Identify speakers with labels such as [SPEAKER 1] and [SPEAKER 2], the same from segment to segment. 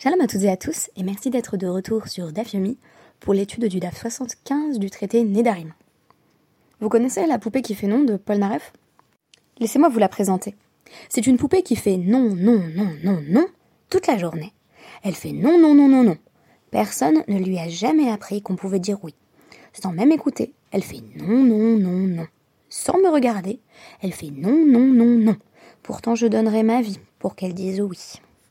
[SPEAKER 1] Shalom à toutes et à tous, et merci d'être de retour sur Daf Yomi pour l'étude du Daf 75 du traité Nedarim. Vous connaissez la poupée qui fait non de Paul Naref ? Laissez-moi vous la présenter. C'est une poupée qui fait non, non, non, non, non toute la journée. Elle fait non, non, non, non, non. Personne ne lui a jamais appris qu'on pouvait dire oui. Sans même écouter, elle fait non, non, non, non. Sans me regarder, elle fait non, non, non, non. Pourtant je donnerais ma vie pour qu'elle dise oui.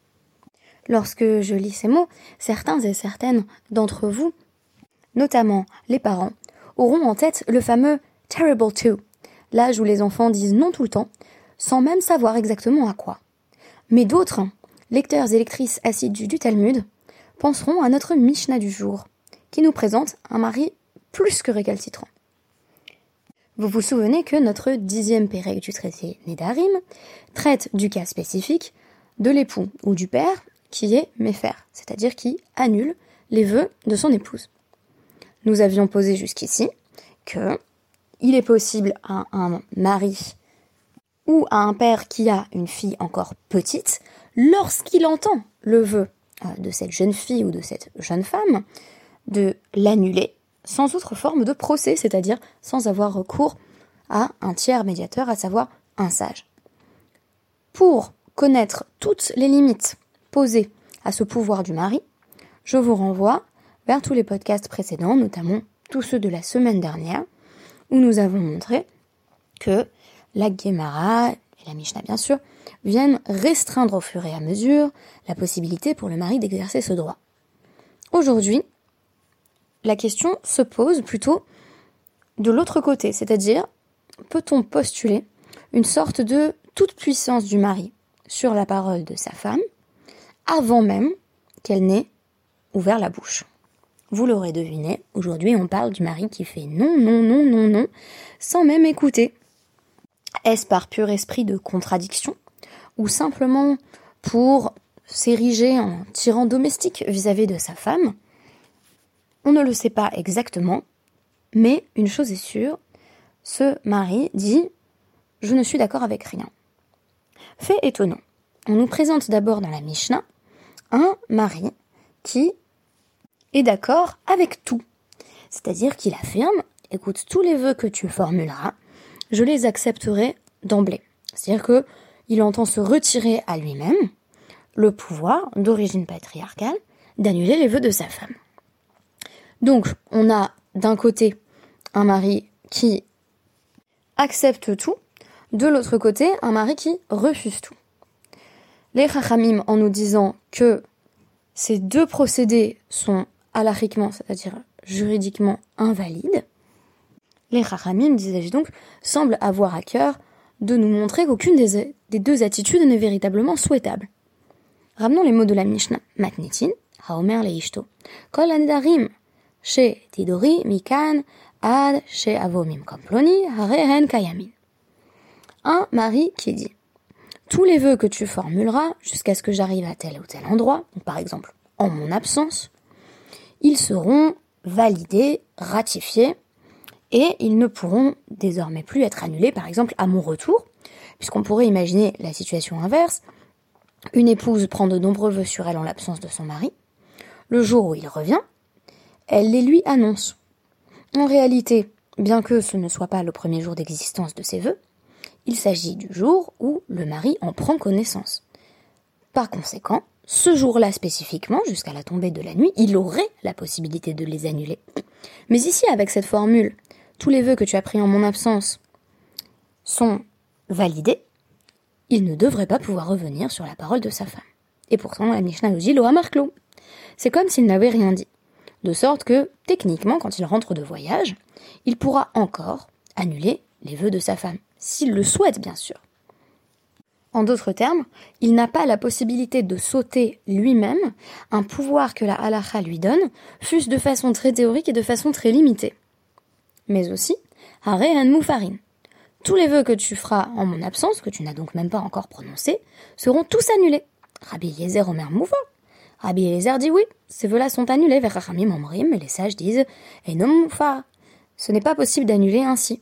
[SPEAKER 1] Lorsque je lis ces mots, certains et certaines d'entre vous, notamment les parents, auront en tête le fameux « terrible two », l'âge où les enfants disent non tout le temps, sans même savoir exactement à quoi. Mais d'autres, lecteurs et lectrices assidus du Talmud, penseront à notre Mishnah du jour, qui nous présente un mari plus que récalcitrant. Vous vous souvenez que notre 10e pérec du traité Nedarim traite du cas spécifique de l'époux ou du père qui est méfer, c'est-à-dire qui annule les vœux de son épouse. Nous avions posé jusqu'ici que il est possible à un mari ou à un père qui a une fille encore petite, lorsqu'il entend le vœu de cette jeune fille ou de cette jeune femme, de l'annuler sans autre forme de procès, c'est-à-dire sans avoir recours à un tiers médiateur, à savoir un sage. Pour connaître toutes les limites posées à ce pouvoir du mari, je vous renvoie vers tous les podcasts précédents, notamment tous ceux de la semaine dernière, où nous avons montré que la Gemara et la Mishnah, bien sûr, viennent restreindre au fur et à mesure la possibilité pour le mari d'exercer ce droit. Aujourd'hui, la question se pose plutôt de l'autre côté, c'est-à-dire, peut-on postuler une sorte de toute puissance du mari sur la parole de sa femme, avant même qu'elle n'ait ouvert la bouche. Vous l'aurez deviné, aujourd'hui on parle du mari qui fait non, non, non, non, non, sans même écouter. Est-ce par pur esprit de contradiction, ou simplement pour s'ériger en tyran domestique vis-à-vis de sa femme ? On ne le sait pas exactement, mais une chose est sûre, ce mari dit « je ne suis d'accord avec rien ». Fait étonnant, on nous présente d'abord dans la Mishnah un mari qui est d'accord avec tout. C'est-à-dire qu'il affirme « écoute, tous les vœux que tu formuleras, je les accepterai d'emblée ». C'est-à-dire qu'il entend se retirer à lui-même le pouvoir d'origine patriarcale d'annuler les vœux de sa femme. Donc, on a d'un côté un mari qui accepte tout, de l'autre côté, un mari qui refuse tout. Les Chachamim, en nous disant que ces deux procédés sont halachiquement, c'est-à-dire juridiquement invalides, les Chachamim, disais-je donc, semblent avoir à cœur de nous montrer qu'aucune des deux attitudes n'est véritablement souhaitable. Ramenons les mots de la Mishnah. Matnitin, haomer leishto, kol hanedarim, she tidori mikan ad she avomim komploni harehen kayamin. Un mari qui dit tous les vœux que tu formuleras jusqu'à ce que j'arrive à tel ou tel endroit, par exemple en mon absence, ils seront validés, ratifiés, et ils ne pourront désormais plus être annulés, par exemple à mon retour, puisqu'on pourrait imaginer la situation inverse. Une épouse prend de nombreux vœux sur elle en l'absence de son mari. Le jour où il revient, elle les lui annonce. En réalité, bien que ce ne soit pas le premier jour d'existence de ses vœux, il s'agit du jour où le mari en prend connaissance. Par conséquent, ce jour-là spécifiquement, jusqu'à la tombée de la nuit, il aurait la possibilité de les annuler. Mais ici, avec cette formule, tous les vœux que tu as pris en mon absence sont validés, il ne devrait pas pouvoir revenir sur la parole de sa femme. Et pourtant, la Mishnah nous dit « Lo amar klo ». C'est comme s'il n'avait rien dit. De sorte que, techniquement, quand il rentre de voyage, il pourra encore annuler les vœux de sa femme. S'il le souhaite, bien sûr. En d'autres termes, il n'a pas la possibilité de sauter lui-même un pouvoir que la halakha lui donne, fût-ce de façon très théorique et de façon très limitée. Mais aussi, harehan mufarin. Tous les vœux que tu feras en mon absence, que tu n'as donc même pas encore prononcés, seront tous annulés. Rabbi Eliezer omer mouva. Rabbi Eliezer dit oui, ces vœux-là sont annulés vers Chachamim omrim, mais les sages disent enom moufa. Ce n'est pas possible d'annuler ainsi.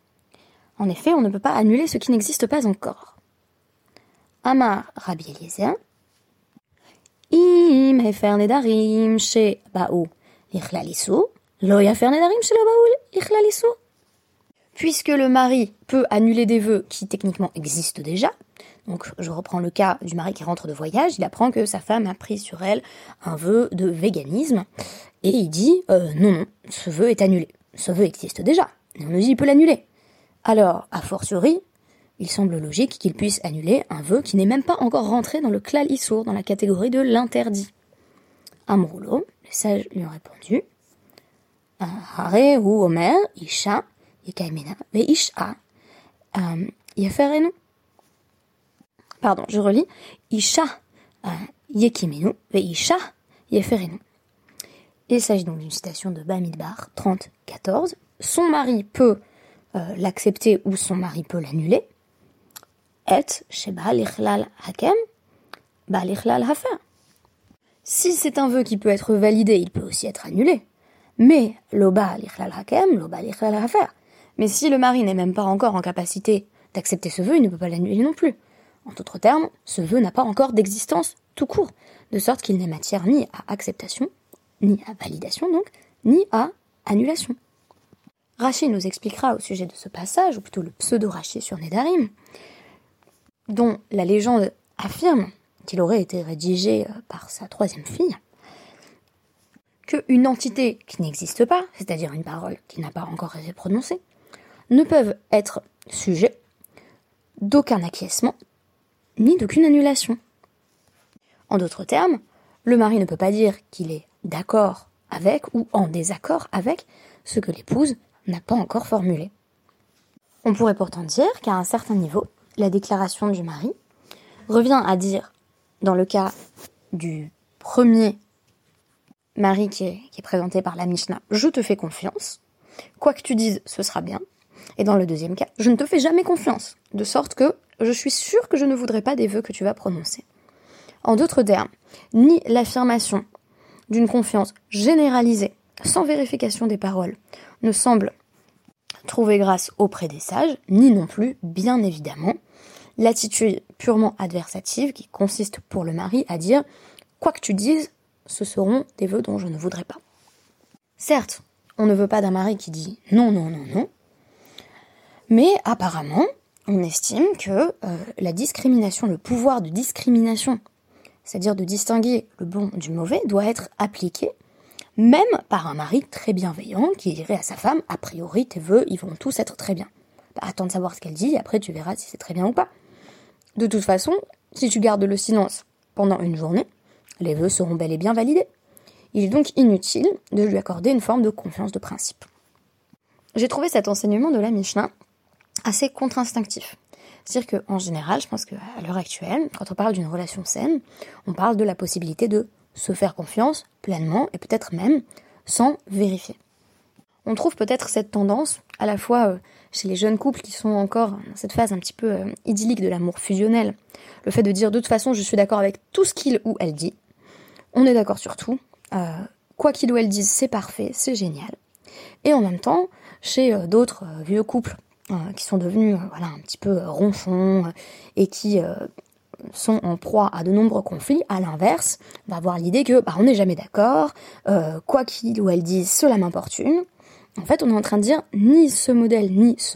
[SPEAKER 1] En effet, on ne peut pas annuler ce qui n'existe pas encore. Amar Rabbi Eliezer, Im hefer nedarim sheba'u lichlalisu, lo yafer nedarim shelo ba'u lichlalisu. Puisque le mari peut annuler des vœux qui techniquement existent déjà, donc je reprends le cas du mari qui rentre de voyage, il apprend que sa femme a pris sur elle un vœu de véganisme, et il dit non, ce vœu est annulé. Ce vœu existe déjà, et on nous dit il peut l'annuler. Alors, a fortiori, il semble logique qu'il puisse annuler un vœu qui n'est même pas encore rentré dans le klal issour, dans la catégorie de l'interdit. Amroulo, les sages lui ont répondu, Hare hu omer isha yekaimena veisha yaferenu. Pardon, je relis. Isha yekimenu veisha yaferenu. Il s'agit donc d'une citation de Bamidbar 30-14. Son mari peut l'accepter ou son mari peut l'annuler. Et sheba lichlal hakem ba lichlal hafer. Si c'est un vœu qui peut être validé, il peut aussi être annulé. Mais loba lichlal hakem, loba lichlal hafer. Mais si le mari n'est même pas encore en capacité d'accepter ce vœu, il ne peut pas l'annuler non plus. En d'autres termes, ce vœu n'a pas encore d'existence tout court, de sorte qu'il n'est matière ni à acceptation, ni à validation donc, ni à annulation. Rashi nous expliquera au sujet de ce passage, ou plutôt le pseudo-Rashi sur Nedarim, dont la légende affirme qu'il aurait été rédigé par sa troisième fille, qu'une entité qui n'existe pas, c'est-à-dire une parole qui n'a pas encore été prononcée, ne peuvent être sujets d'aucun acquiescement, ni d'aucune annulation. En d'autres termes, le mari ne peut pas dire qu'il est d'accord avec ou en désaccord avec ce que l'épouse n'a pas encore formulé. On pourrait pourtant dire qu'à un certain niveau, la déclaration du mari revient à dire, dans le cas du premier mari qui est présenté par la Mishnah, je te fais confiance, quoi que tu dises, ce sera bien. Et dans le deuxième cas, je ne te fais jamais confiance, de sorte que je suis sûre que je ne voudrais pas des vœux que tu vas prononcer. En d'autres termes, ni l'affirmation d'une confiance généralisée, sans vérification des paroles, ne semble trouver grâce auprès des sages, ni non plus, bien évidemment, l'attitude purement adversative qui consiste pour le mari à dire « quoi que tu dises, ce seront des vœux dont je ne voudrais pas ». Certes, on ne veut pas d'un mari qui dit « non, non, non, non », mais apparemment, on estime que la discrimination, le pouvoir de discrimination, c'est-à-dire de distinguer le bon du mauvais, doit être appliqué même par un mari très bienveillant qui dirait à sa femme, a priori tes vœux, ils vont tous être très bien. Attends de savoir ce qu'elle dit, et après tu verras si c'est très bien ou pas. De toute façon, si tu gardes le silence pendant une journée, les vœux seront bel et bien validés. Il est donc inutile de lui accorder une forme de confiance de principe. J'ai trouvé cet enseignement de la Mishnah assez contre-instinctif. C'est-à-dire qu'en général, je pense qu'à l'heure actuelle, quand on parle d'une relation saine, on parle de la possibilité de se faire confiance pleinement et peut-être même sans vérifier. On trouve peut-être cette tendance à la fois chez les jeunes couples qui sont encore dans cette phase un petit peu idyllique de l'amour fusionnel, le fait de dire de toute façon je suis d'accord avec tout ce qu'il ou elle dit, on est d'accord sur tout, quoi qu'il ou elle dise c'est parfait, c'est génial. Et en même temps, chez d'autres vieux couples qui sont devenus un petit peu ronchons et qui sont en proie à de nombreux conflits, à l'inverse, on va avoir l'idée que on n'est jamais d'accord, quoi qu'il ou elle dise, cela m'importune. En fait, on est en train de dire ni ce modèle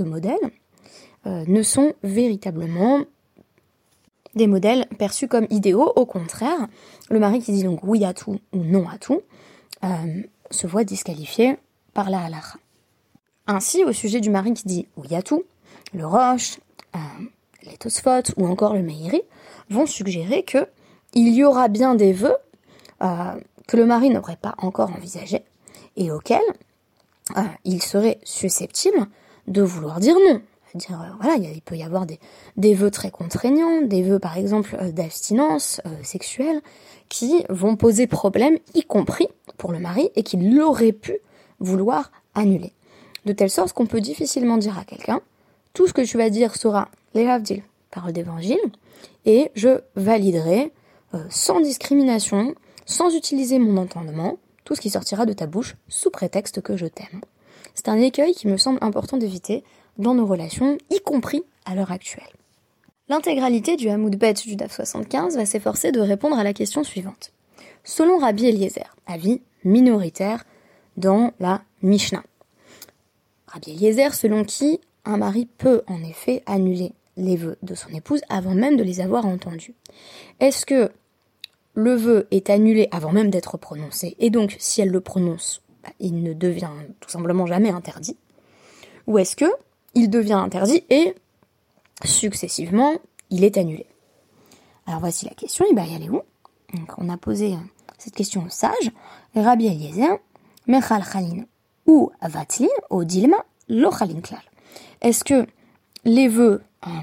[SPEAKER 1] ne sont véritablement des modèles perçus comme idéaux. Au contraire, le mari qui dit donc oui à tout ou non à tout se voit disqualifié par la halakha. Ainsi, au sujet du mari qui dit oui à tout, le Rosh, les Tosfot ou encore le Meiri vont suggérer que il y aura bien des vœux que le mari n'aurait pas encore envisagés et auxquels il serait susceptible de vouloir dire non. Il peut y avoir des vœux très contraignants, des vœux par exemple d'abstinence sexuelle qui vont poser problème, y compris pour le mari, et qu'il aurait pu vouloir annuler. De telle sorte qu'on peut difficilement dire à quelqu'un tout ce que tu vas dire sera les havdil, parole d'évangile, et je validerai sans discrimination, sans utiliser mon entendement, tout ce qui sortira de ta bouche sous prétexte que je t'aime. C'est un écueil qui me semble important d'éviter dans nos relations, y compris à l'heure actuelle. L'intégralité du Hamoud Bet du DAF 75 va s'efforcer de répondre à la question suivante. Selon Rabbi Eliezer, avis minoritaire dans la Mishnah. Rabbi Eliezer, selon qui un mari peut en effet annuler les vœux de son épouse avant même de les avoir entendus. Est-ce que le vœu est annulé avant même d'être prononcé, et donc si elle le prononce, il ne devient tout simplement jamais interdit, ou est-ce que il devient interdit et successivement il est annulé? Alors voici la question, et elle est où? Donc on a posé cette question aux sages. Rabbi Eliezer, Mechal Chalin ou Vatlin, au Dilma, Lo Chalin Klal. Est-ce que les vœux,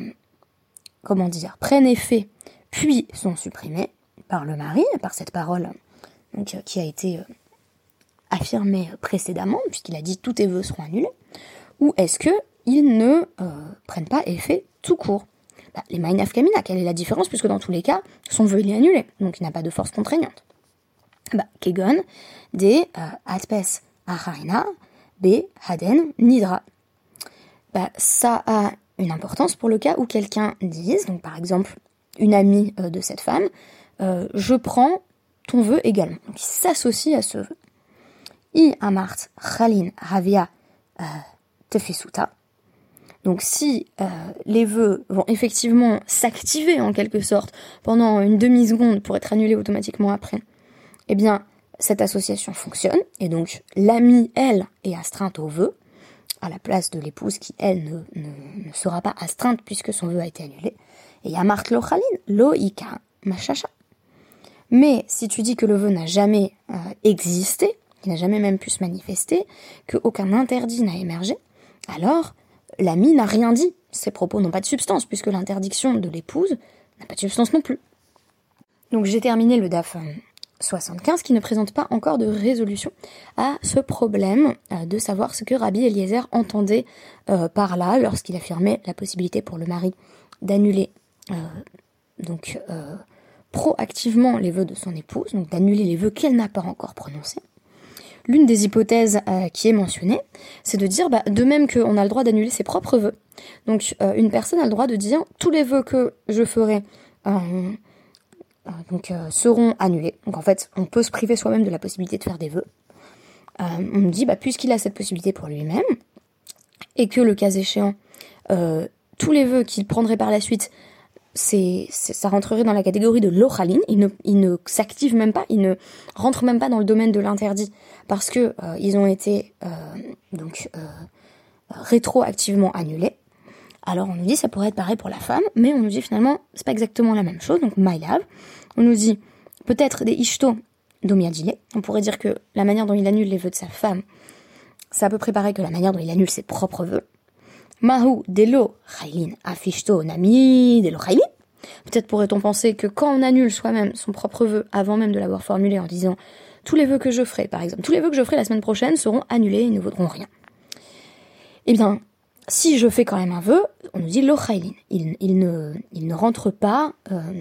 [SPEAKER 1] prennent effet, puis sont supprimés par le mari, par cette parole qui a été affirmée précédemment, puisqu'il a dit tous tes vœux seront annulés, ou est-ce qu'ils ne prennent pas effet tout court? Les Ma'inaf Kamina, quelle est la différence, puisque dans tous les cas, son vœu il est annulé, donc il n'a pas de force contraignante. Kegon, de Atpes Achaina, be Haden Nidra. Ça a une importance pour le cas où quelqu'un dise, donc par exemple une amie de cette femme, je prends ton vœu également. Donc il s'associe à ce vœu. I amart chalin havia tefisuta. Donc si les vœux vont effectivement s'activer en quelque sorte pendant une demi-seconde pour être annulés automatiquement après, eh bien cette association fonctionne, et donc l'amie, elle, est astreinte au vœu, à la place de l'épouse qui, elle, ne sera pas astreinte puisque son vœu a été annulé. Et Yamart lo chalin, lo ika machacha. Mais si tu dis que le vœu n'a jamais existé, qu'il n'a jamais même pu se manifester, qu'aucun interdit n'a émergé, alors l'ami n'a rien dit. Ses propos n'ont pas de substance, puisque l'interdiction de l'épouse n'a pas de substance non plus. Donc j'ai terminé le DAF 75, qui ne présente pas encore de résolution à ce problème de savoir ce que Rabbi Eliezer entendait par là, lorsqu'il affirmait la possibilité pour le mari d'annuler proactivement les vœux de son épouse, donc d'annuler les vœux qu'elle n'a pas encore prononcés. L'une des hypothèses qui est mentionnée, c'est de dire, de même qu'on a le droit d'annuler ses propres vœux, donc une personne a le droit de dire tous les vœux que je ferai seront annulés. Donc en fait, on peut se priver soi-même de la possibilité de faire des vœux. On nous dit, puisqu'il a cette possibilité pour lui-même, et que le cas échéant, tous les vœux qu'il prendrait par la suite, ça rentrerait dans la catégorie de l'ochalin, il ne s'active même pas, il ne rentre même pas dans le domaine de l'interdit, parce que ils ont été rétroactivement annulés. Alors on nous dit ça pourrait être pareil pour la femme, mais on nous dit finalement c'est pas exactement la même chose, donc mylav. On nous dit peut-être des ishto domiadile. On pourrait dire que la manière dont il annule les vœux de sa femme, c'est à peu près pareil que la manière dont il annule ses propres vœux. Mahu delo chaylin afishto nami delo chaylin. Peut-être pourrait-on penser que quand on annule soi-même son propre vœu avant même de l'avoir formulé en disant tous les vœux que je ferai, par exemple, tous les vœux que je ferai la semaine prochaine seront annulés, ils ne vaudront rien. Eh bien, si je fais quand même un vœu, on nous dit lo chaylin. Il ne rentre pas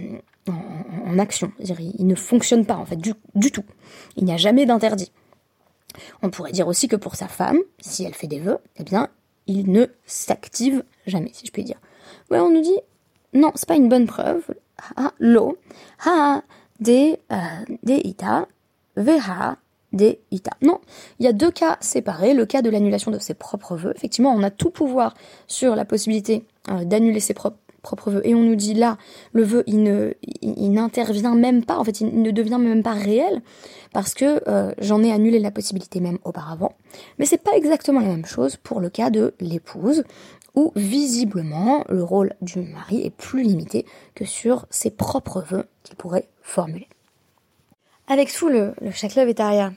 [SPEAKER 1] en action, c'est-à-dire il ne fonctionne pas en fait du tout. Il n'y a jamais d'interdit. On pourrait dire aussi que pour sa femme, si elle fait des vœux, eh bien, il ne s'active jamais, si je puis dire. Ouais, on nous dit, non, c'est pas une bonne preuve. Lo, ha, de ita, veha, de ita. Non, il y a deux cas séparés. Le cas de l'annulation de ses propres vœux. Effectivement, on a tout pouvoir sur la possibilité d'annuler ses propres vœux. Et on nous dit là, le vœu, il n'intervient même pas. En fait, il ne devient même pas réel parce que j'en ai annulé la possibilité même auparavant. Mais c'est pas exactement la même chose pour le cas de l'épouse, où visiblement le rôle du mari est plus limité que sur ses propres vœux qu'il pourrait formuler. Avec tout le Shakla Vetaria,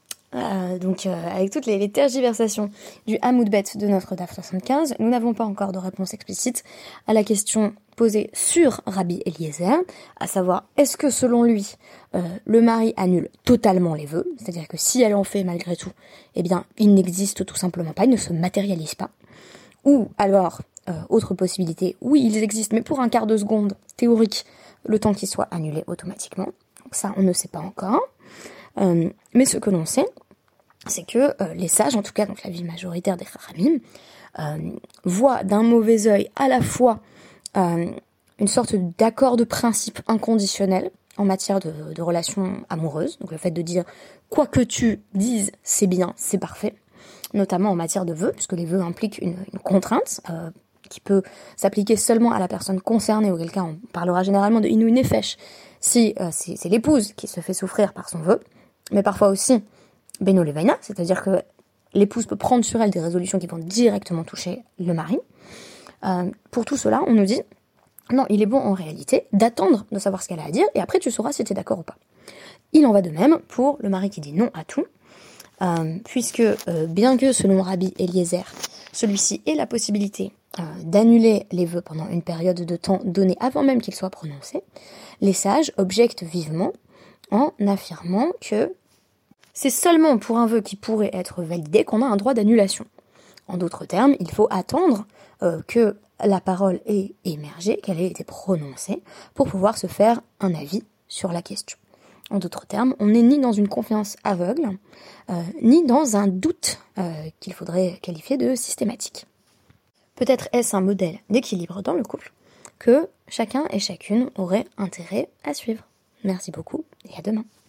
[SPEAKER 1] avec toutes les tergiversations du Hamoud Bet de notre DAF 75, nous n'avons pas encore de réponse explicite à la question posée sur Rabbi Eliezer, à savoir est-ce que selon lui, le mari annule totalement les vœux, c'est-à-dire que si elle en fait malgré tout, eh bien il n'existe tout simplement pas, il ne se matérialise pas, ou alors, autre possibilité, oui ils existent, mais pour un quart de seconde théorique, le temps qu'ils soient annulés automatiquement. Donc ça on ne sait pas encore, mais ce que l'on sait, c'est que les sages, en tout cas donc la vie majoritaire des Chachamim, voient d'un mauvais œil à la fois une sorte d'accord de principe inconditionnel en matière de relations amoureuses, donc le fait de dire quoi que tu dises, c'est bien, c'est parfait, notamment en matière de vœux, puisque les vœux impliquent une contrainte qui peut s'appliquer seulement à la personne concernée, auquel cas on parlera généralement de inu nefesh, si c'est l'épouse qui se fait souffrir par son vœu, mais parfois aussi beno levaina, c'est-à-dire que l'épouse peut prendre sur elle des résolutions qui vont directement toucher le mari. Pour tout cela, on nous dit non, il est bon en réalité d'attendre de savoir ce qu'elle a à dire, et après tu sauras si tu es d'accord ou pas. Il en va de même pour le mari qui dit non à tout, puisque bien que selon Rabbi Eliezer, celui-ci ait la possibilité d'annuler les vœux pendant une période de temps donnée avant même qu'ils soient prononcés, les sages objectent vivement en affirmant que c'est seulement pour un vœu qui pourrait être validé qu'on a un droit d'annulation. En d'autres termes, il faut attendre que la parole ait émergé, qu'elle ait été prononcée, pour pouvoir se faire un avis sur la question. En d'autres termes, on n'est ni dans une confiance aveugle, ni dans un doute qu'il faudrait qualifier de systématique. Peut-être est-ce un modèle d'équilibre dans le couple que chacun et chacune aurait intérêt à suivre. Merci beaucoup et à demain.